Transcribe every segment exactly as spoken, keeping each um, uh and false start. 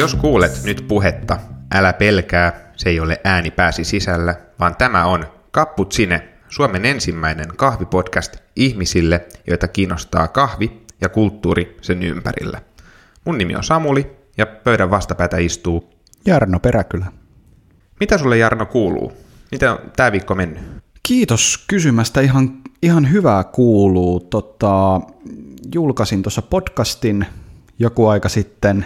Jos kuulet nyt puhetta, älä pelkää, se ei ole ääni pääsi sisällä, vaan tämä on Cappuccine, Suomen ensimmäinen kahvipodcast ihmisille, joita kiinnostaa kahvi ja kulttuuri sen ympärillä. Mun nimi on Samuli ja pöydän vastapäätä istuu Jarno Peräkylä. Mitä sulle, Jarno, kuuluu? Miten on tää viikko mennyt? Kiitos kysymästä. Ihan, ihan hyvää kuuluu. Tota, julkaisin tuossa podcastin joku aika sitten.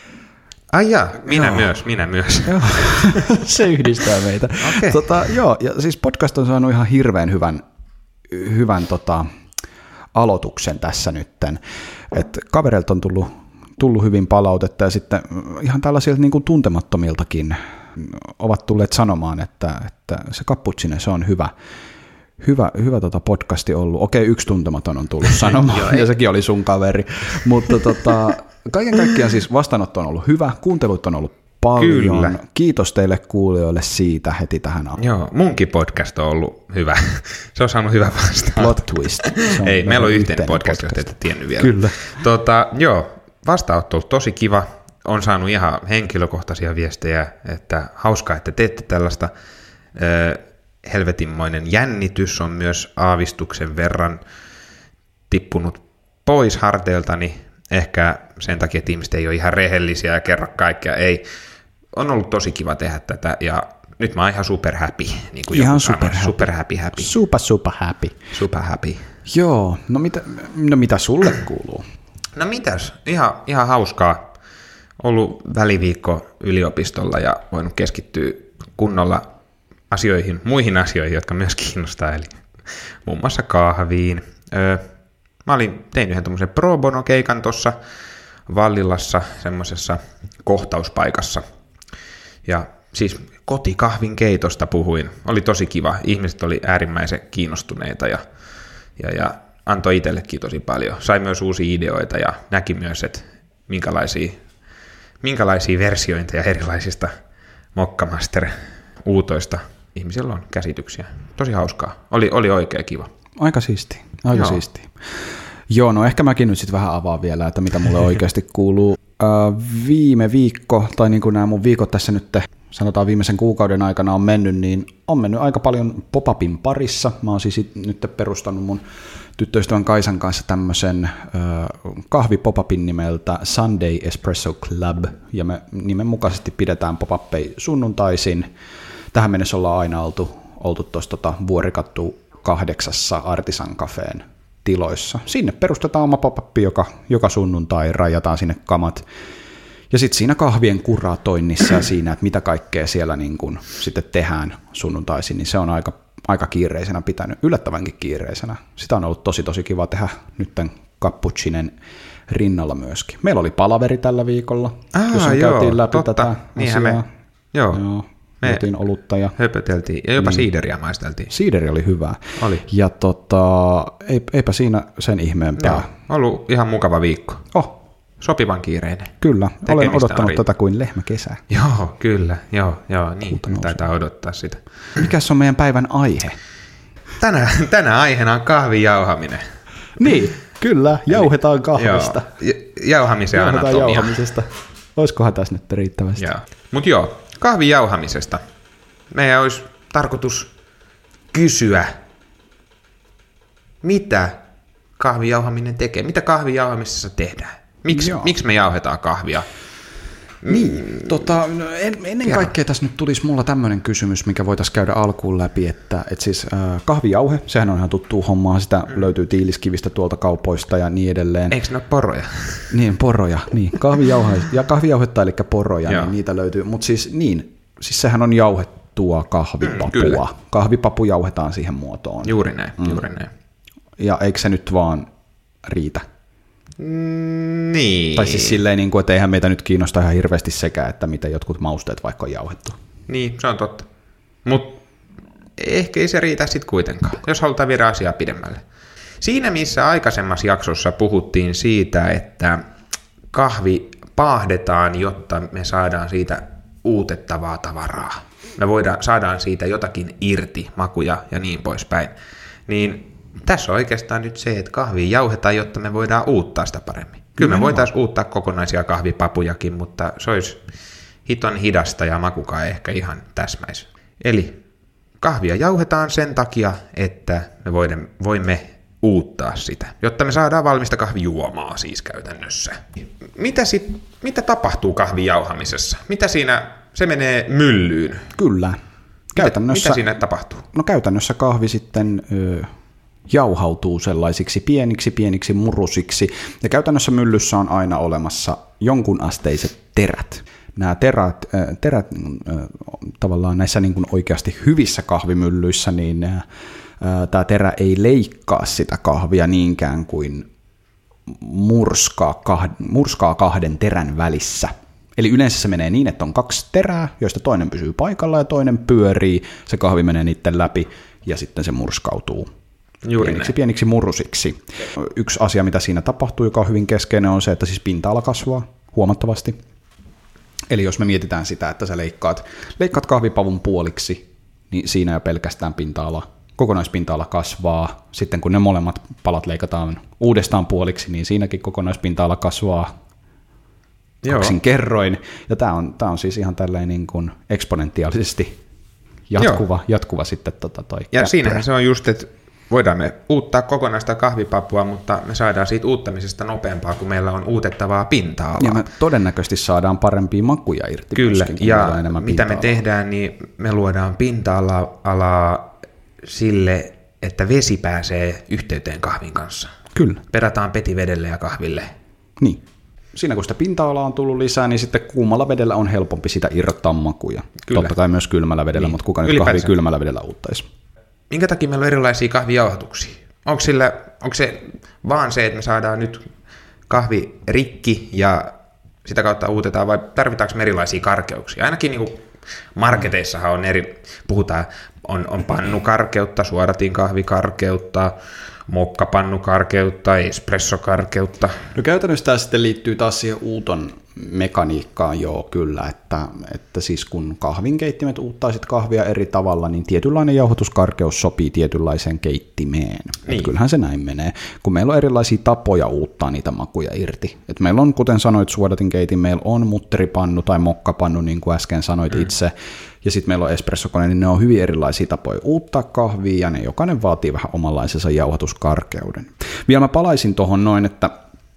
Ai jaa, minä joo. myös, minä myös. Joo, se yhdistää meitä. Okay. Tota, joo, ja siis podcast on saanut ihan hirveän hyvän, hyvän tota, aloituksen tässä nytten. Et kavereilta on tullut, tullut hyvin palautetta ja sitten ihan tällaisilta niin kuin tuntemattomiltakin ovat tulleet sanomaan, että, että se Cappuccine, se on hyvä. Hyvä, hyvä tota podcasti ollut. Okei, yksi tuntematon on tullut sanomaan, Joo, ja sekin oli sun kaveri. Mutta tota, kaiken kaikkiaan siis vastaanotto on ollut hyvä, kuuntelut on ollut paljon. Kyllä. Kiitos teille kuulijoille siitä heti tähän alkuun. Joo, munkin podcast on ollut hyvä. Se on saanut hyvä vastaanotto. Plot twist. Ei, meillä on yhteinen podcast, podcast, jos ette tiennyt vielä. Kyllä. Tota, joo, vastaanotto on ollut tosi kiva. On saanut ihan henkilökohtaisia viestejä, että hauskaa, että teette tällaista. Öö, helvetinmoinen jännitys on myös aavistuksen verran tippunut pois harteiltani. Ehkä sen takia, että ihmiset ei ole ihan rehellisiä ja kerro kaikkea. Ei. On ollut tosi kiva tehdä tätä ja nyt mä oon ihan super happy. Niin kuin ihan super super happy. super happy. happy. Super super happy. Super happy. Joo, no mitä, no mitä sulle kuuluu? No mitäs, ihan, ihan hauskaa. Ollut väliviikko yliopistolla ja voinut keskittyä kunnolla asioihin, muihin asioihin, jotka myös kiinnostaa, eli muun muassa kahviin. Öö, mä olin, tein yhden tommosen pro bono keikan tuossa Vallilassa, semmoisessa kohtauspaikassa. Ja siis kotikahvin keitosta puhuin. Oli tosi kiva. Ihmiset oli äärimmäisen kiinnostuneita ja, ja, ja antoi itsellekin tosi paljon. Sai myös uusia ideoita ja näki myös, että minkälaisia, minkälaisia versiointeja erilaisista Mokkamaster-uutoista ihmisillä on käsityksiä. Tosi hauskaa. Oli, oli oikein kiva. Aika siistiä. Aika Joo. siistiä. Joo, no ehkä mäkin nyt sitten vähän avaan vielä, että mitä mulle oikeasti kuuluu. Äh, viime viikko, tai niin kuin nämä mun viikot tässä nyt, sanotaan viimeisen kuukauden aikana on mennyt, niin on mennyt aika paljon pop-upin parissa. Mä oon siis nyt perustanut mun tyttöystävän Kaisan kanssa tämmöisen äh, kahvi-pop-upin nimeltä Sunday Espresso Club, ja me nimenmukaisesti pidetään pop-uppeja sunnuntaisin. Tähän mennessä ollaan aina oltu, oltu tuossa tota, Vuorikattu kahdeksassa Artisan Cafeen tiloissa. Sinne perustetaan oma pop-up, joka, joka sunnuntai, rajataan sinne kamat. Ja sitten siinä kahvien kuratoinnissa ja siinä, että mitä kaikkea siellä niin kun sitten tehdään sunnuntaisin, niin se on aika, aika kiireisenä pitänyt, yllättävänkin kiireisenä. Sitä on ollut tosi tosi kiva tehdä nyt tämän Cappuccinen rinnalla myöskin. Meillä oli palaveri tällä viikolla, Ah, jossa joo, käytiin läpi totta. tätä Niinhän asiaa. me, joo. joo. Me Otin olutta ja höpöteltiin ja jopa niin. siideriä maisteltiin. Siideri oli hyvää. Oli. Ja tota, eipä siinä sen ihmeempää. Joo, ollut ihan mukava viikko. Oh, Sopivan kiireinen. kyllä. Tekemistä Olen odottanut on tätä kuin lehmä kesää. Joo, kyllä. Joo, joo, niin. Kulta Taitaa odottaa sitä. Mikäs on meidän päivän aihe? Tänään, tänään aiheena on kahvin jauhaminen. Niin, kyllä. Jauhetaan kahvista. Joo, jauhamisen Jauhetaan anatomia. jauhamisesta. Olisikohan tässä nyt riittävästi? Joo. Mut joo, kahvin jauhamisesta. Meidän olisi tarkoitus kysyä, mitä kahvin jauhaminen tekee, mitä kahvin jauhamisessa tehdään. Miks, miksi me jauhetaan kahvia? Niin, tota, no en, ennen Kerro. kaikkea tässä nyt tulisi mulla tämmöinen kysymys, mikä voitaisiin käydä alkuun läpi, että et siis äh, kahvijauhe, sehän on ihan tuttua hommaa, sitä mm. löytyy tiiliskivistä tuolta kaupoista ja niin edelleen. Eikö ne ole poroja? Niin, poroja, niin, kahvijauhe, ja kahvijauhetta, eli poroja, Joo. niin niitä löytyy, mutta siis niin, siis sehän on jauhettua kahvipapua. Mm, Kahvipapu jauhetaan siihen muotoon. Juuri näin, Mm. juuri näin. Ja eikö se nyt vaan riitä? Mm, niin. Tai siis silleen, niin kuin, että eihän meitä nyt kiinnosta ihan hirveästi sekä, että miten jotkut mausteet vaikka on jauhettu. Niin, se on totta. Mutta ehkä ei se riitä sitten kuitenkaan, jos halutaan viedä asiaa pidemmälle. Siinä, missä aikaisemmassa jaksossa puhuttiin siitä, että kahvi paahdetaan, jotta me saadaan siitä uutettavaa tavaraa. Me voidaan, saadaan siitä jotakin irti, makuja ja niin poispäin. Niin tässä on oikeastaan nyt se, että kahvia jauhetaan, jotta me voidaan uuttaa sitä paremmin. Kyllä me voitaisiin uuttaa kokonaisia kahvipapujakin, mutta se olisi hiton hidasta ja makukaan ehkä ihan täsmäis. Eli kahvia jauhetaan sen takia, että me voimme, voimme uuttaa sitä, jotta me saadaan valmista kahvijuomaa siis käytännössä. Mitä, sit, mitä tapahtuu kahvin jauhamisessa? Mitä siinä, se menee myllyyn? Kyllä. Käytännössä, mitä, mitä siinä tapahtuu? No käytännössä kahvi sitten ö, jauhautuu sellaisiksi pieniksi, pieniksi murusiksi, ja käytännössä myllyssä on aina olemassa jonkun asteiset terät. Nämä terät, terät tavallaan näissä niin kuin oikeasti hyvissä kahvimyllyissä, niin tämä terä ei leikkaa sitä kahvia niinkään kuin murskaa kahden, murskaa kahden terän välissä. Eli yleensä se menee niin, että on kaksi terää, joista toinen pysyy paikalla ja toinen pyörii, se kahvi menee niiden läpi ja sitten se murskautuu Juuri pieniksi, pieniksi murusiksi. Yksi asia, mitä siinä tapahtuu, joka on hyvin keskeinen, on se, että siis pinta-ala kasvaa huomattavasti. Eli jos me mietitään sitä, että sä leikkaat, leikkaat kahvipavun puoliksi, niin siinä jo pelkästään pinta-ala, kokonaispinta-ala kasvaa. Sitten kun ne molemmat palat leikataan uudestaan puoliksi, niin siinäkin kokonaispinta-ala kasvaa kaksin kerroin. Ja tämä on, tää on siis ihan tällainen niin kuin eksponentiaalisesti jatkuva, jatkuva sitten tota toi. Ja siinähän se on just, että voidaan me uuttaa kokonaista kahvipapua, mutta me saadaan siitä uuttamisesta nopeampaa, kun meillä on uutettavaa pinta-alaa. Ja me todennäköisesti saadaan parempia makuja irti. Kyllä, myöskin, ja mitä me tehdään, niin me luodaan pinta-alaa sille, että vesi pääsee yhteyteen kahvin kanssa. Kyllä. Perataan petivedelle ja kahville. Niin. Siinä kun sitä pinta-alaa on tullut lisää, niin sitten kuumalla vedellä on helpompi sitä irrottaa makuja. Kyllä. Totta kai myös kylmällä vedellä, niin. Mutta kuka nyt kahvi kylmällä vedellä uuttaisi? Minkä takia meillä on erilaisia kahvijauhatuksia? Onko, sillä, onko se vaan se, että me saadaan nyt kahvi rikki ja sitä kautta uutetaan, vai tarvitaanko me erilaisia karkeuksia? Ainakin niin kuin marketeissahan on eri, puhutaan, on, on pannukarkeutta, suodatin kahvikarkeutta, mokkapannukarkeutta, espressokarkeutta. No käytännössä tämä sitten liittyy taas siihen uuton mekaniikkaan, joo kyllä, että, että siis kun kahvinkeittimet uuttaisit kahvia eri tavalla, niin tietynlainen jauhotuskarkeus sopii tietynlaiseen keittimeen. Niin. Kyllähän se näin menee, kun meillä on erilaisia tapoja uuttaa niitä makuja irti. Et meillä on, kuten sanoit, suodatinkeitin, meillä on mutteripannu tai mokkapannu, niin kuin äsken sanoit mm. itse, ja sitten meillä on espressokone, niin ne on hyvin erilaisia tapoja uuttaa kahvia, ja ne jokainen vaatii vähän omanlaisensa jauhatuskarkeuden. Vielä mä palaisin tuohon noin, että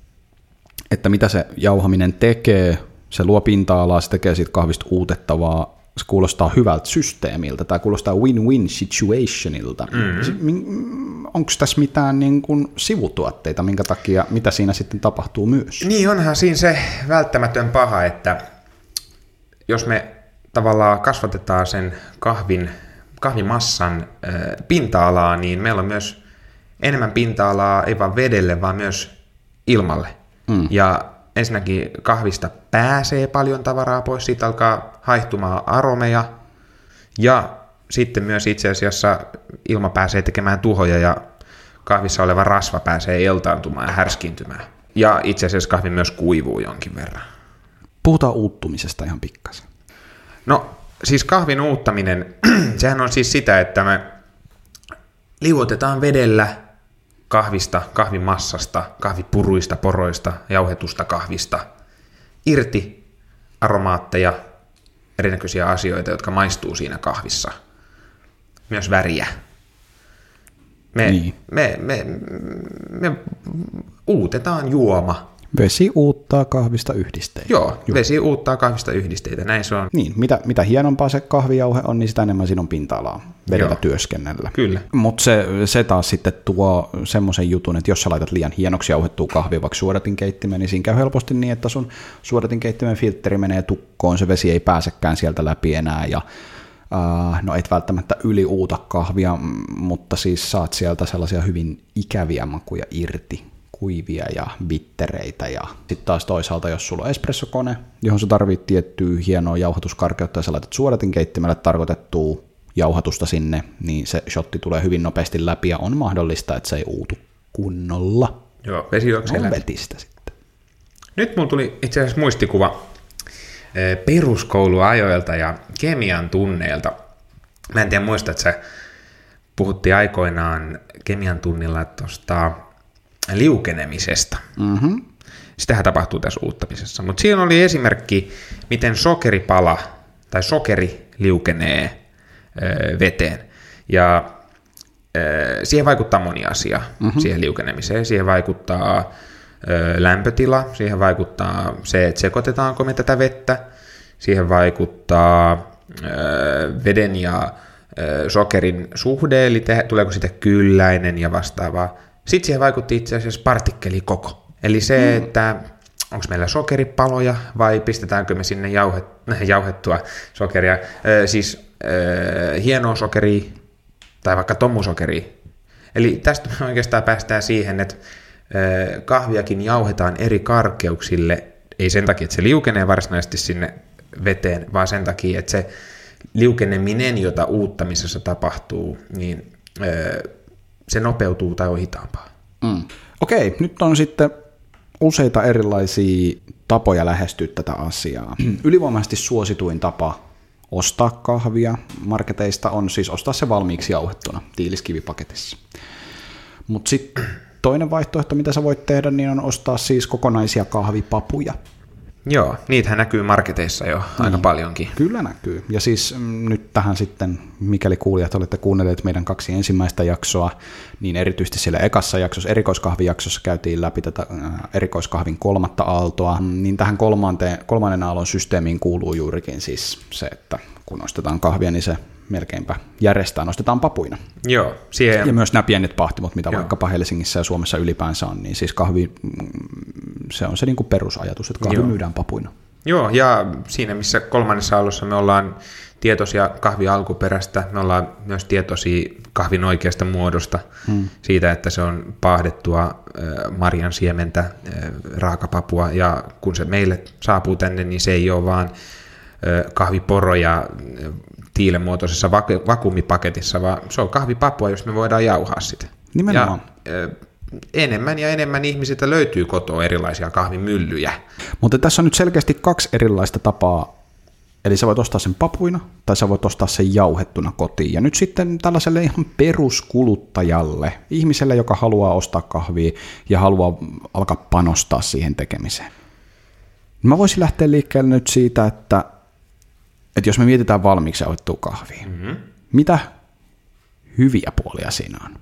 että mitä se jauhaminen tekee, se luo pinta-alaa, se tekee siitä kahvista uutettavaa, se kuulostaa hyvältä systeemiltä, tai kuulostaa win-win situationilta. Mm-hmm. Onko tässä mitään niin kuin sivutuotteita, minkä takia, mitä siinä sitten tapahtuu myös? Niin, onhan siinä se välttämätön paha, että jos me tavallaan kasvatetaan sen kahvin, kahvimassan äh, pinta-alaa, niin meillä on myös enemmän pinta-alaa, ei vaan vedelle, vaan myös ilmalle. Mm. Ja ensinnäkin kahvista pääsee paljon tavaraa pois, siitä alkaa haihtumaan aromeja, ja sitten myös itse asiassa ilma pääsee tekemään tuhoja, ja kahvissa oleva rasva pääsee eltaantumaan ja härskiintymään. Ja itse asiassa kahvi myös kuivuu jonkin verran. Puhutaan uuttumisesta ihan pikkasen. No, siis kahvin uuttaminen, sehän on siis sitä, että me liuotetaan vedellä kahvista, kahvimassasta, kahvipuruista, poroista, jauhetusta kahvista irti aromaatteja, erinäköisiä asioita, jotka maistuu siinä kahvissa. Myös väriä. Me, niin. me, me, me uutetaan juoma. Vesi uuttaa kahvista yhdisteitä. Joo, Juh. vesi uuttaa kahvista yhdisteitä, näin se on. Niin, mitä, mitä hienompaa se kahvijauhe on, niin sitä enemmän siinä on pinta-alaa vedellä työskennellä. Kyllä. Mutta se, se taas sitten tuo semmoisen jutun, että jos sä laitat liian hienoksi jauhettua kahvia vaikka suodatinkeittimeen, niin siinä käy helposti niin, että sun suodatinkeittimen filtteri menee tukkoon, se vesi ei pääsekään sieltä läpi enää, ja uh, no et välttämättä yliuuta kahvia, mutta siis saat sieltä sellaisia hyvin ikäviä makuja irti, kuivia ja bittereitä, ja sitten taas toisaalta, jos sulla on espressokone, johon sä tarvit tiettyä hienoa jauhatuskarkeutta, ja sä laitat suodatinkeittimelle tarkoitettua jauhatusta sinne, niin se shotti tulee hyvin nopeasti läpi, ja on mahdollista, että se ei uutu kunnolla. Joo, vesi juoksee no, läpi. Vetistä sitten. Nyt mulla tuli itse asiassa muistikuva peruskouluajoilta ja kemian tunneilta. Mä en tiedä, muista, että se puhuttiin aikoinaan kemian tunnilla tuosta liukenemisesta. Mm-hmm. Sitähän tapahtuu tässä uuttamisessa. Mutta siinä oli esimerkki, miten sokeripala tai sokeri liukenee ö, veteen. Ja ö, siihen vaikuttaa moni asia, mm-hmm. siihen liukenemiseen. Siihen vaikuttaa ö, lämpötila, siihen vaikuttaa se, että sekoitetaanko me tätä vettä. Siihen vaikuttaa ö, veden ja ö, sokerin suhde, eli te, tuleeko siitä kylläinen ja vastaavaa. Sitten siihen vaikutti itse asiassa partikkelikoko. Eli se, mm. että onko meillä sokeripaloja vai pistetäänkö me sinne jauhet, jauhettua sokeria, ö, siis ö, hienoa sokeria tai vaikka tomusokeria. Eli tästä me oikeastaan päästään siihen, että ö, kahviakin jauhetaan eri karkeuksille, ei sen takia, että se liukenee varsinaisesti sinne veteen, vaan sen takia, että se liukeneminen, jota uuttamisessa tapahtuu, niin ö, se nopeutuu tai on hitaampaa. Mm. Okei, nyt on sitten useita erilaisia tapoja lähestyä tätä asiaa. Ylivoimaisesti suosituin tapa ostaa kahvia marketeista on siis ostaa se valmiiksi jauhettuna tiiliskivipaketissa. Mutta sitten toinen vaihtoehto, mitä sä voit tehdä, niin on ostaa siis kokonaisia kahvipapuja. Joo, niitähän näkyy marketeissa jo niin, aika paljonkin. Kyllä näkyy. Ja siis mm, nyt tähän sitten, mikäli kuulijat olette kuunnelleet meidän kaksi ensimmäistä jaksoa, niin erityisesti siellä ekassa jaksossa, erikoiskahvijaksossa käytiin läpi tätä äh, erikoiskahvin kolmatta aaltoa, niin tähän kolmanteen, kolmannen aallon systeemiin kuuluu juurikin siis se, että kun ostetaan kahvia, niin se melkeinpä järjestään ostetaan papuina. Joo, siihen... Ja myös nämä pienet pahtimot, mitä Joo. vaikkapa Helsingissä ja Suomessa ylipäänsä on, niin siis kahvi, se on se niin kuin perusajatus, että kahvi Joo. myydään papuina. Joo, ja siinä missä kolmannessa aallossa me ollaan tietoisia kahvin alkuperästä, me ollaan myös tietoisia kahvin oikeasta muodosta, hmm. siitä, että se on paahdettua äh, marjan siementä, äh, raakapapua, ja kun se meille saapuu tänne, niin se ei ole vaan äh, kahviporo ja äh, tiilenmuotoisessa vaku- vakuumipaketissa, vaan se on kahvipapua, jos me voidaan jauhaa sitä. Nimenomaan. Ja, äh, enemmän ja enemmän ihmisiltä löytyy kotoa erilaisia kahvimyllyjä. Mutta tässä on nyt selkeästi kaksi erilaista tapaa. Eli sä voit ostaa sen papuina, tai sä voit ostaa sen jauhettuna kotiin. Ja nyt sitten tällaiselle ihan peruskuluttajalle, ihmiselle, joka haluaa ostaa kahvia ja haluaa alkaa panostaa siihen tekemiseen. Mä voisin lähteä liikkeelle nyt siitä, että, että jos me mietitään valmiiksi jauhettua kahvia, mm-hmm. mitä hyviä puolia siinä on?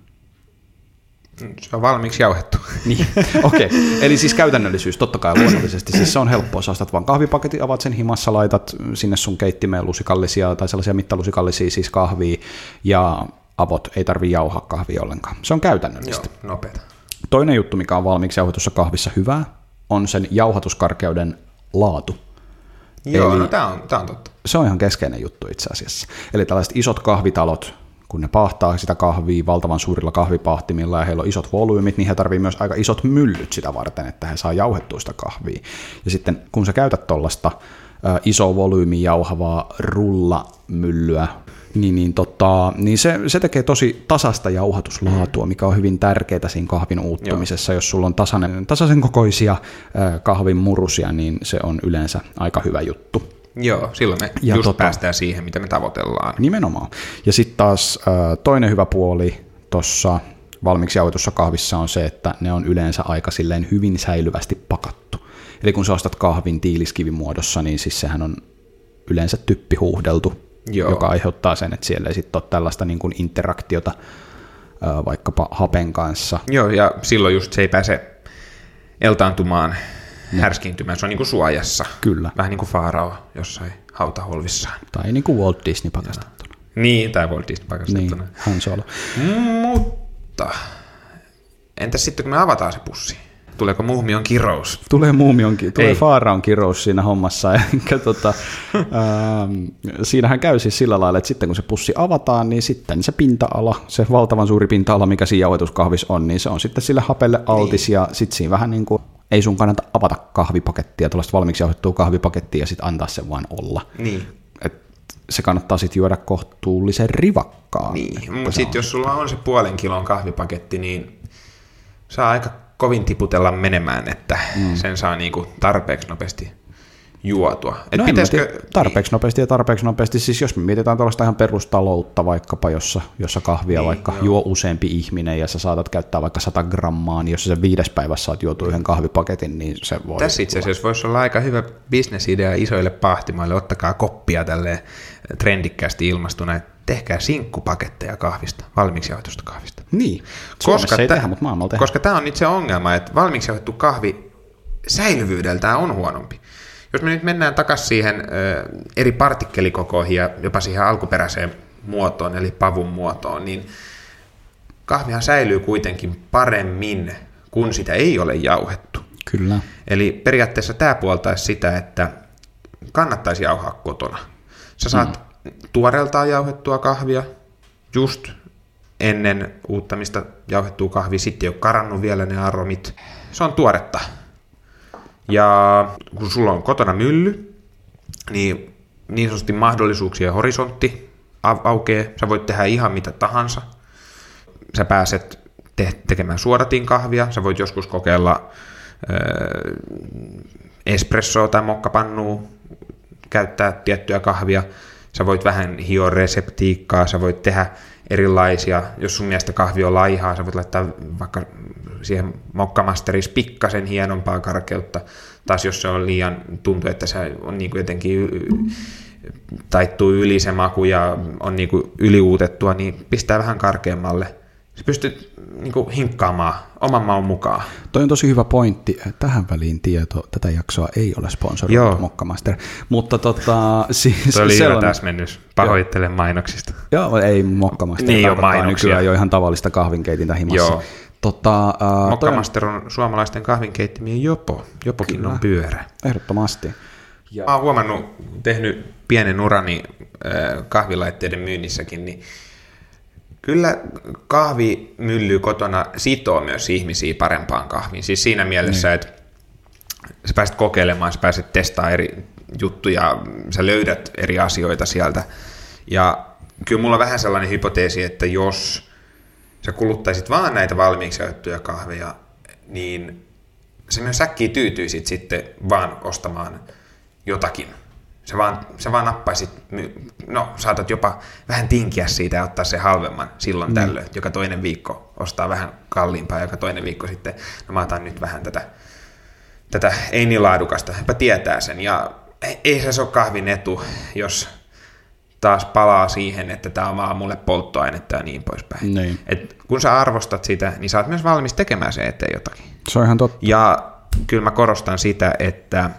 Se on valmiiksi jauhettu. Niin, okei. Okay. Eli siis käytännöllisyys, totta kai luonnollisesti. Siis se on helppoa. Sä ostat vaan kahvipaketin, avaat sen himassa, laitat sinne sun keittimeen lusikallisia tai sellaisia mittalusikallisia siis kahvia ja avot. Ei tarvitse jauhaa kahvia ollenkaan. Se on käytännöllistä. Joo, nopeeta. Toinen juttu, mikä on valmiiksi jauhetussa kahvissa hyvää, on sen jauhatuskarkeuden laatu. Joo, Eli no tää on, tää on totta. Se on ihan keskeinen juttu itse asiassa. Eli tällaiset isot kahvitalot, kun ne paahtaa sitä kahvia valtavan suurilla kahvipahtimilla ja heillä on isot volyymit, niin he tarvii myös aika isot myllyt sitä varten, että he saa jauhettua sitä kahvia. Ja sitten kun sä käytät tuollaista iso volyymin jauhavaa rullamyllyä, niin, niin, tota, niin se, se tekee tosi tasasta jauhatuslaatua, mikä on hyvin tärkeää siinä kahvin uuttumisessa. Joo. Jos sulla on tasainen, tasaisen kokoisia kahvin murusia, niin se on yleensä aika hyvä juttu. Joo, silloin me ja just tota, päästään siihen, mitä me tavoitellaan. Nimenomaan. Ja sitten taas toinen hyvä puoli tuossa valmiiksi jauhetussa kahvissa on se, että ne on yleensä aika silleen hyvin säilyvästi pakattu. Eli kun sä ostat kahvin tiiliskivin muodossa, niin siis sehän on yleensä typpihuuhdeltu, Joo. joka aiheuttaa sen, että siellä ei sitten ole tällaista niin kuin interaktiota vaikkapa hapen kanssa. Joo, ja silloin just se ei pääse eltaantumaan, no. härskiintymään, se on niin kuin suojassa. Kyllä. Vähän niin kuin Faarao jossain hautaholvissaan. Tai niin kuin Walt Disney pakastettuna. Niin, tai Walt Disney pakastettuna. Niin, Han Solo. Mutta entäs sitten, kun me avataan se pussi? Tuleeko muumion kirous? Tulee muumion kirous, tulee Faaraon kirous siinä hommassa. Enkä, tota, ähm, siinähän käy siis sillä lailla, että sitten kun se pussi avataan, niin sitten se pinta-ala, se valtavan suuri pinta-ala, mikä siinä jauhetuskahvissa on, niin se on sitten sille hapelle altis, niin. Ja sitten siinä vähän niin kuin ei sun kannata avata kahvipakettia, tuollaista valmiiksi jauhettua kahvipakettia ja sitten antaa sen vaan olla. Niin. Et se kannattaa sitten juoda kohtuullisen rivakkaan. Niin, mutta sitten jos sulla on se puolen kilon kahvipaketti, niin saa aika kovin tiputella menemään, että mm. sen saa niinku tarpeeksi nopeasti juotua. Et no pitäisikö... tiedä, tarpeeksi nopeasti ja tarpeeksi nopeasti, siis jos me mietitään tällaista ihan perustaloutta vaikkapa, jossa, jossa kahvia niin, vaikka joo. juo useampi ihminen ja sä saatat käyttää vaikka sata grammaa, niin jos sä sen viides päivässä saat juotua yhden kahvipaketin, niin se voi... Tässä itse asiassa voisi olla aika hyvä bisnesidea isoille pahtimoille, ottakaa koppia tälleen trendikkäästi ilmastuneet, tehkää sinkkupaketteja kahvista, valmiiksi jauhetusta kahvista. Niin, Suomessa koska ei tehdä, mutta maailmalla tehdään. Koska tämä on nyt se ongelma, että valmiiksi jauhettu kahvi säilyvyydeltään on huonompi. Jos me nyt mennään takaisin siihen ö, eri partikkelikokoihin ja jopa siihen alkuperäiseen muotoon, eli pavun muotoon, niin kahvihan säilyy kuitenkin paremmin, kun sitä ei ole jauhettu. Kyllä. Eli periaatteessa tämä puoltaisi sitä, että kannattaisi jauhaa kotona. Sä saat mm. tuoreeltaan jauhettua kahvia, just ennen uuttamista jauhettua kahvia, sitten ei ole karannut vielä ne aromit. Se on tuoretta. Ja kun sulla on kotona mylly, niin niin sanotusti mahdollisuuksien horisontti aukeaa. Sä voit tehdä ihan mitä tahansa. Sä pääset te- tekemään suodatin kahvia. Sä voit joskus kokeilla öö, espressoa tai mokkapannua, käyttää tiettyä kahvia. Sä voit vähän hioa reseptiikkaa. Sä voit tehdä erilaisia. Jos sun mielestä kahvi on laihaa, sä voit laittaa vaikka siihen mokkamasterissa pikkasen hienompaa karkeutta. Taas jos se on liian, tuntuu, että se on niin kuin jotenkin taittuu yli se maku ja on niin kuin yliuutettua, niin pistää vähän karkeammalle. Sä pystyt niin kuin hinkkaamaan oman maun mukaan. Toi on tosi hyvä pointti. Tähän väliin tieto, tätä jaksoa ei ole sponsoroitu Mokkamaster. Mutta tota, siis toi oli sellainen... hyvä täsmennys. Pahoittelen mainoksista. Joo, ei Mokkamaster. Niin tarkoittaa nykyään jo ihan tavallista kahvinkeitintä himassa. Joo. Tota, uh, Mokkamaster on suomalaisten kahvinkeittimien jopo. Jopokin kyllä. On pyörä. Ehdottomasti. Ja... Mä oon huomannut, tehnyt pienen urani äh, kahvilaitteiden myynnissäkin, niin kyllä kahvimylly kotona sitoo myös ihmisiä parempaan kahviin. Siis siinä mielessä, niin. Että sä pääset kokeilemaan, sä pääset testaamaan eri juttuja, sä löydät eri asioita sieltä. Ja kyllä mulla on vähän sellainen hypoteesi, että jos sä kuluttaisit vaan näitä valmiiksi jauhettuja kahveja, niin sä myös äkkiä tyytyisit sitten vaan ostamaan jotakin. Sä vaan, sä vaan nappaisit, no saatat jopa vähän tinkiä siitä ja ottaa se halvemman silloin mm. tällöin. Joka toinen viikko ostaa vähän kalliimpaa, joka toinen viikko sitten, no mä otan nyt vähän tätä, tätä ei niin laadukasta, epä tietää sen. Ja ei se ole kahvin etu, jos taas palaa siihen, että tämä on vaan mulle polttoainetta ja niin poispäin. Niin. Et kun sä arvostat sitä, niin sä oot myös valmis tekemään sen eteen jotakin. Se on ihan totta. Ja kyllä mä korostan sitä, että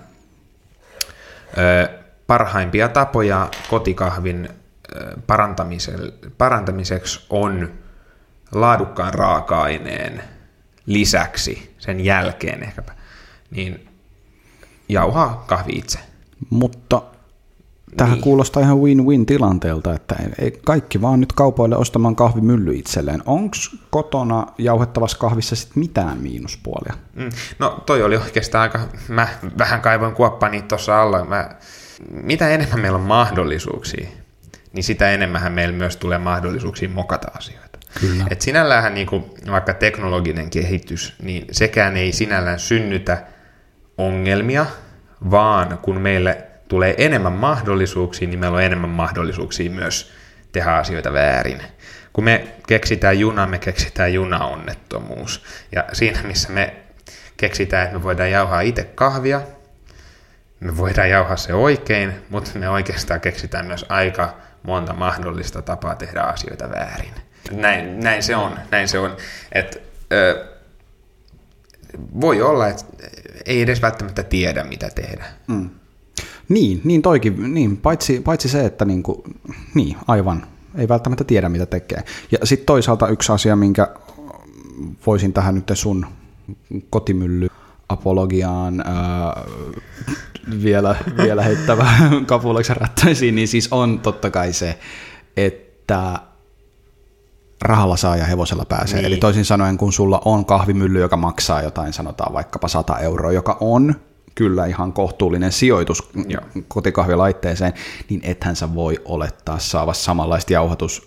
ö, parhaimpia tapoja kotikahvin parantamiseksi on laadukkaan raaka-aineen lisäksi, sen jälkeen ehkäpä, niin jauhaa kahvi itse. Mutta tähän niin. Kuulostaa ihan win-win tilanteelta, että ei kaikki vaan nyt kaupoille ostamaan kahvimylly itselleen. Onko kotona jauhettavassa kahvissa sitten mitään miinuspuolia? Mm. No toi oli oikeastaan aika, mä vähän kaivoin kuoppani tuossa alla. Mä, mitä enemmän meillä on mahdollisuuksia, niin sitä enemmän meillä myös tulee mahdollisuuksia mokata asioita. Kyllä. Et sinälläänhän niin kuin vaikka teknologinen kehitys, niin sekään ei sinällään synnytä ongelmia, vaan kun meille tulee enemmän mahdollisuuksia, niin meillä on enemmän mahdollisuuksia myös tehdä asioita väärin. Kun me keksitään juna, me keksitään junaonnettomuus. Ja siinä, missä me keksitään, että me voidaan jauhaa itse kahvia, me voidaan jauhaa se oikein, mutta me oikeastaan keksitään myös aika monta mahdollista tapaa tehdä asioita väärin. Näin, näin se on. Näin se on. Et, ö, voi olla, että ei edes välttämättä tiedä, mitä tehdä. Mm. Niin, niin toikin, niin, paitsi, paitsi se, että niinku, niin, aivan, ei välttämättä tiedä, mitä tekee. Ja sitten toisaalta yksi asia, minkä voisin tähän nyt sun kotimylly-apologiaan ää, vielä, vielä heittävä kapulaksi rattaisiin, niin siis on totta kai se, että rahalla saa ja hevosella pääsee. Niin. Eli toisin sanoen, kun sulla on kahvimylly, joka maksaa jotain, sanotaan vaikkapa sata euroa, joka on kyllä ihan kohtuullinen sijoitus Joo. kotikahvilaitteeseen, niin ethän sä voi olettaa saava samanlaista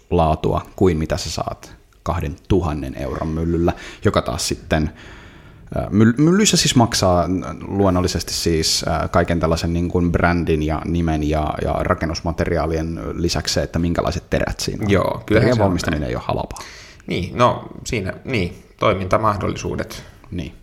jauhatuslaatua kuin mitä sä saat kahden tuhannen euron myllyllä, joka taas sitten Myllyissä siis maksaa luonnollisesti siis kaiken tällaisen niin kuin brändin ja nimen ja, ja rakennusmateriaalien lisäksi se, että minkälaiset terät siinä on. Joo, kyllä terien valmistaminen ei ole halpaa. Niin, no siinä, niin, toimintamahdollisuudet. Niin.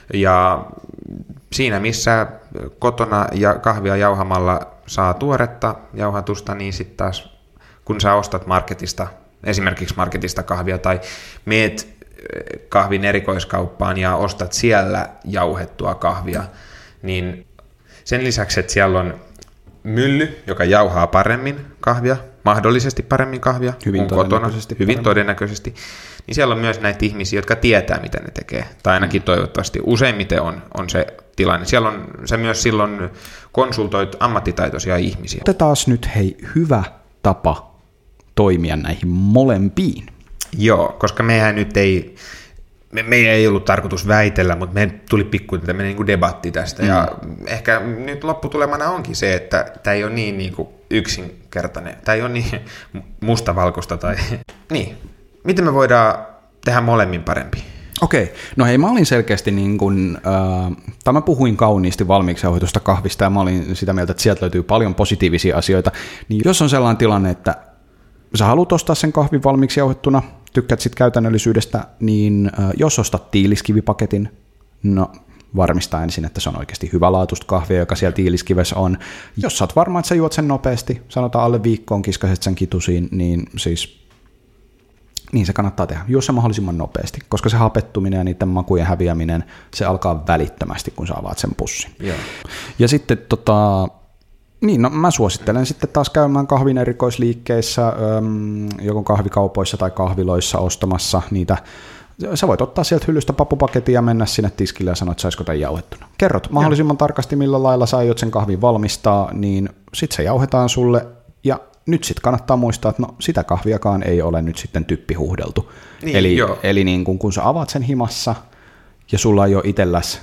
Ja siinä, missä kotona ja kahvia jauhamalla saa tuoretta jauhatusta, niin sitten taas kun sä ostat marketista, esimerkiksi marketista kahvia tai meet kahvin erikoiskauppaan ja ostat siellä jauhettua kahvia, niin sen lisäksi, että siellä on mylly, joka jauhaa paremmin kahvia, mahdollisesti paremmin kahvia hyvin kuin kotona, hyvin todennäköisesti, niin siellä on myös näitä ihmisiä, jotka tietää, mitä ne tekee, tai ainakin mm. toivottavasti useimmiten on, on se tilanne. Siellä on se myös silloin konsultoit ammattitaitoisia ihmisiä. Otetaan nyt hei hyvä tapa toimia näihin molempiin. Joo, koska mehän nyt ei, me, meidän ei ollut tarkoitus väitellä, mutta meidän tuli pikkuinen tämmöinen niin kuin debatti tästä, mm. ja ehkä nyt lopputulemana onkin se, että tämä ei ole niin, niin kuin yksinkertainen, tämä ei ole niin mustavalkoista, tai niin, miten me voidaan tehdä molemmin parempi? Okei, no hei, mä olin selkeästi niin kuin, äh, tai mä puhuin kauniisti valmiiksi jauhetusta kahvista, ja mä olin sitä mieltä, että sieltä löytyy paljon positiivisia asioita, niin jos on sellainen tilanne, että sä haluat ostaa sen kahvin valmiiksi jauhettuna, tykkäät sit käytännöllisyydestä, niin äh, jos ostat tiiliskivipaketin, no varmistaa ensin, että se on oikeasti hyvälaatuista kahvia, joka siellä tiiliskivessä on. Jos sä oot varma, että sä juot sen nopeasti, sanotaan alle viikkoon kiskaset sen kitusiin, niin siis niin se kannattaa tehdä. Juo se mahdollisimman nopeasti, koska se hapettuminen ja niiden makujen häviäminen, se alkaa välittömästi, kun sä avaat sen pussin. Joo. Ja sitten tota... Niin, no mä suosittelen sitten taas käymään kahvin erikoisliikkeissä, äm, joko kahvikaupoissa tai kahviloissa ostamassa niitä. Sä voit ottaa sieltä hyllystä papupaketin ja mennä sinne tiskille ja sanoa, että saisiko tämän jauhettuna. Kerrot mahdollisimman ja. tarkasti, millä lailla sä aiot sen kahvin valmistaa, niin sit se jauhetaan sulle. Ja nyt sitten kannattaa muistaa, että no sitä kahviakaan ei ole nyt sitten typpihuhdeltu. Niin, eli eli niin kun, kun sä avaat sen himassa ja sulla ei ole itselläs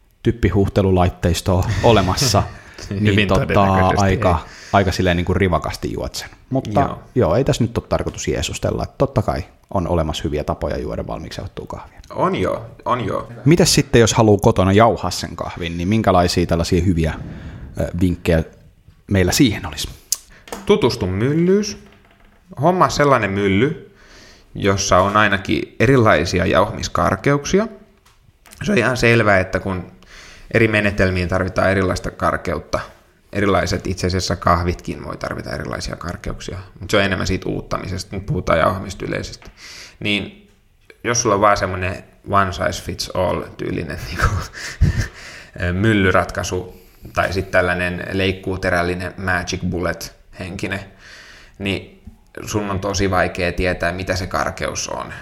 typpihuhtelulaitteistoa olemassa, niin tota, aika, aika silleen niin kuin rivakasti juot sen. Mutta joo. joo, ei tässä nyt ole tarkoitus jeesustella. Että totta kai on olemassa hyviä tapoja juoda valmiiksi jauhettua kahvia. On joo, on joo. Mites sitten, jos haluaa kotona jauhaa sen kahvin, niin minkälaisia tällaisia hyviä vinkkejä meillä siihen olisi? Tutustu myllyys. Homma sellainen mylly, jossa on ainakin erilaisia jauhamiskarkeuksia. Se on ihan selvää, että kun eri menetelmiin tarvitaan erilaista karkeutta. Erilaiset itse asiassa kahvitkin voi tarvita erilaisia karkeuksia, mutta se on enemmän siitä uuttamisesta, nyt puhutaan jauhamista yleisesti. Niin jos sulla on vaan semmoinen one size fits all tyylinen niin kuin, myllyratkaisu, tai sitten tällainen leikkuuterällinen magic bullet henkinen, niin sun on tosi vaikea tietää, mitä se karkeus on.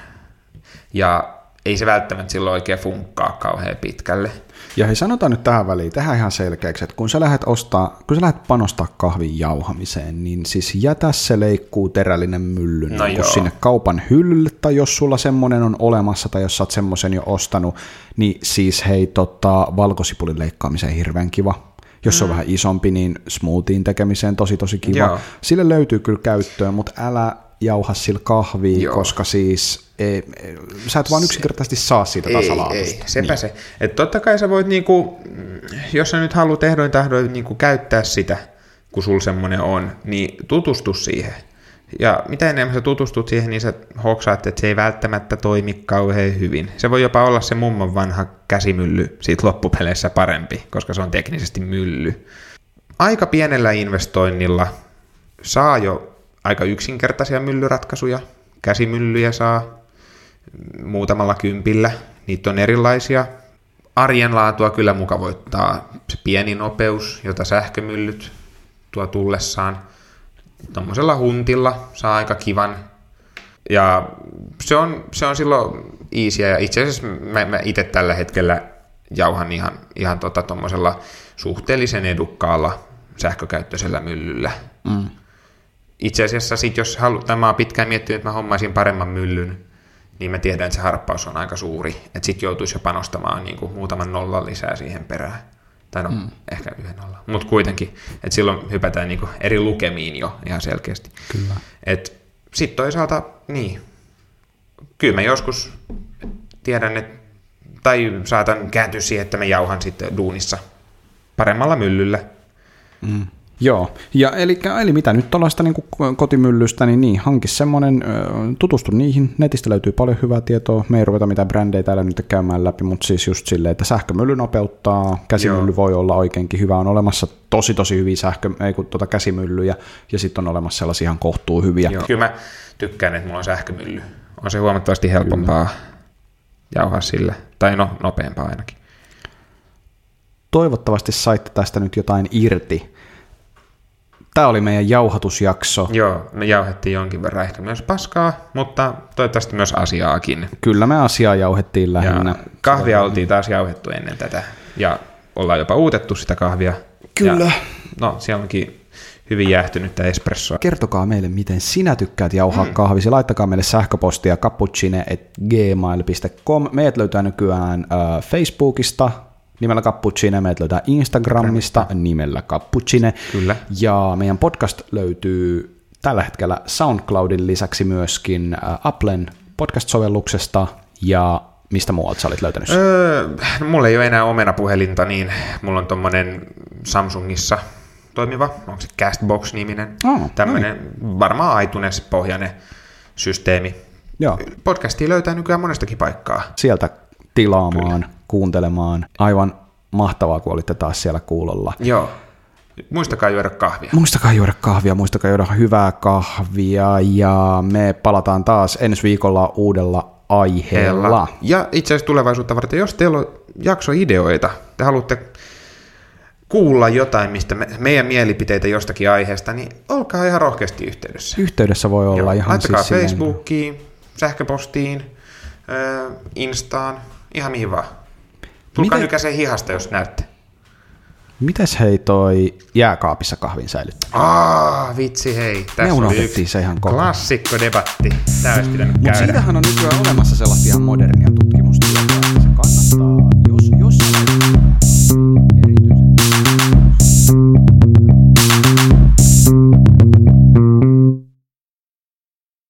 Ja ei se välttämättä silloin oikein funkkaa kauhean pitkälle. Ja hei, sanotaan nyt tähän väliin, tehdään ihan selkeäksi, että kun sä lähdet, ostaa, kun sä lähdet panostaa kahvin jauhamiseen, niin siis jätä se leikkuu terällinen mylly no niin sinne kaupan hyllylle, tai jos sulla semmoinen on olemassa, tai jos sä oot semmoisen jo ostanut, niin siis hei, tota, valkosipulin leikkaamiseen hirveän kiva. Jos mm. se on vähän isompi, niin smoothien tekemiseen tosi tosi kiva. Joo. Sille löytyy kyllä käyttöä, mutta älä jauha sillä kahvia, Joo. koska siis ei, sä et vaan yksinkertaisesti saa siitä tasalaatusta. Ei, ei, sepä niin. se. Että totta kai sä voit, niinku, jos sä nyt haluat ehdoin tahdoin niinku käyttää sitä, kun sulla semmoinen on, niin tutustu siihen. Ja mitä enemmän sä tutustut siihen, niin sä hoksaat, että se ei välttämättä toimi kauhean hyvin. Se voi jopa olla se mummon vanha käsimylly siitä loppupeleissä parempi, koska se on teknisesti mylly. Aika pienellä investoinnilla saa jo aika yksinkertaisia myllyratkaisuja. Käsimyllyjä saa muutamalla kympillä. Niitä on erilaisia. Arjen laatua kyllä mukavoittaa se pieni nopeus, jota sähkömyllyt tuo tullessaan. Tuommoisella huntilla saa aika kivan. Ja se on, se on silloin easyä. Ja itse asiassa mä, mä itse tällä hetkellä jauhan ihan, ihan tota tuommoisella suhteellisen edukkaalla sähkökäyttöisellä myllyllä. Mm. Itse asiassa sit, jos halu, tai mä oon pitkään miettinyt, että mä hommaisin paremman myllyn, niin mä tiedän, että se harppaus on aika suuri. Että sit joutuisi jo panostamaan niin kuin muutaman nollan lisää siihen perään. Tai no, mm. ehkä yhden nollan. Mutta kuitenkin, että silloin hypätään niin kuin eri lukemiin jo ihan selkeästi. Kyllä. Että sit toisaalta, niin, kyllä mä joskus tiedän, että tai saatan kääntyä siihen, että mä jauhan sitten duunissa paremmalla myllyllä. Mm. Joo, ja eli, eli mitä nyt tuollaista niin kotimyllystä, niin, niin hankki semmoinen, tutustu niihin, netistä löytyy paljon hyvää tietoa, me ei ruveta mitään brändejä täällä nyt käymään läpi, mutta siis just silleen, että sähkömylly nopeuttaa, käsimylly Joo. voi olla oikeinkin hyvä, on olemassa tosi tosi hyviä sähkö, ei kun tuota käsimyllyjä, ja sitten on olemassa sellaisia ihan kohtuu hyviä. Joo. Kyllä mä tykkään, että mulla on sähkömylly, on se huomattavasti helpompaa Kyllä. jauhaa sille, tai no nopeampaa ainakin. Toivottavasti saitte tästä nyt jotain irti. Tämä oli meidän jauhatusjakso. Joo, me jauhettiin jonkin verran ehkä myös paskaa, mutta toivottavasti myös asiaakin. Kyllä me asiaa jauhettiin lähinnä. Ja kahvia oltiin taas jauhettu ennen tätä ja ollaan jopa uutettu sitä kahvia. Kyllä. Ja, no, siellä onkin hyvin jäähtynyttä espressoa. Kertokaa meille, miten sinä tykkäät jauhaa mm. kahvisi. Laittakaa meille sähköpostia cappuccine at gmail dot com. Meidät löytää nykyään äh, Facebookista nimellä Cappuccine, meidät löytää Instagramista nimellä Cappuccine. Kyllä. Ja meidän podcast löytyy tällä hetkellä SoundCloudin lisäksi myöskin äh, Applen podcast-sovelluksesta. Ja mistä muualta sä olit löytänyt sen? Öö, mulla ei ole enää Omena-puhelinta, niin mulla on tommonen Samsungissa toimiva, onko se Castbox-niminen, oh, tämmöinen varmaan iTunes-pohjainen systeemi. Joo. Podcastia löytää nykyään monestakin paikkaa. Sieltä tilaamaan, Kyllä. kuuntelemaan. Aivan mahtavaa, kun olitte taas siellä kuulolla. Joo. Muistakaa juoda kahvia. Muistakaa juoda kahvia, muistakaa juoda hyvää kahvia ja me palataan taas ensi viikolla uudella aiheella. Hella. Ja itse asiassa tulevaisuutta varten, jos teillä on jaksoideoita, te haluatte kuulla jotain, mistä me, meidän mielipiteitä jostakin aiheesta, niin olkaa ihan rohkeasti yhteydessä. Yhteydessä voi olla Joo. ihan Laittakaa siis Facebookiin, sinne. sähköpostiin, äh, Instaan, ihan mihin vaan. Tulkaa nykäiseen hihasta, jos näette. Mites hei toi jääkaapissa kahvin säilyttää? Aa, vitsi hei. Tässä me unohdettiin se ihan koko. Klassikko debatti. Tää olisi pitänyt Mut käydä. siitähän on nykyään olemassa sellaista ihan modernia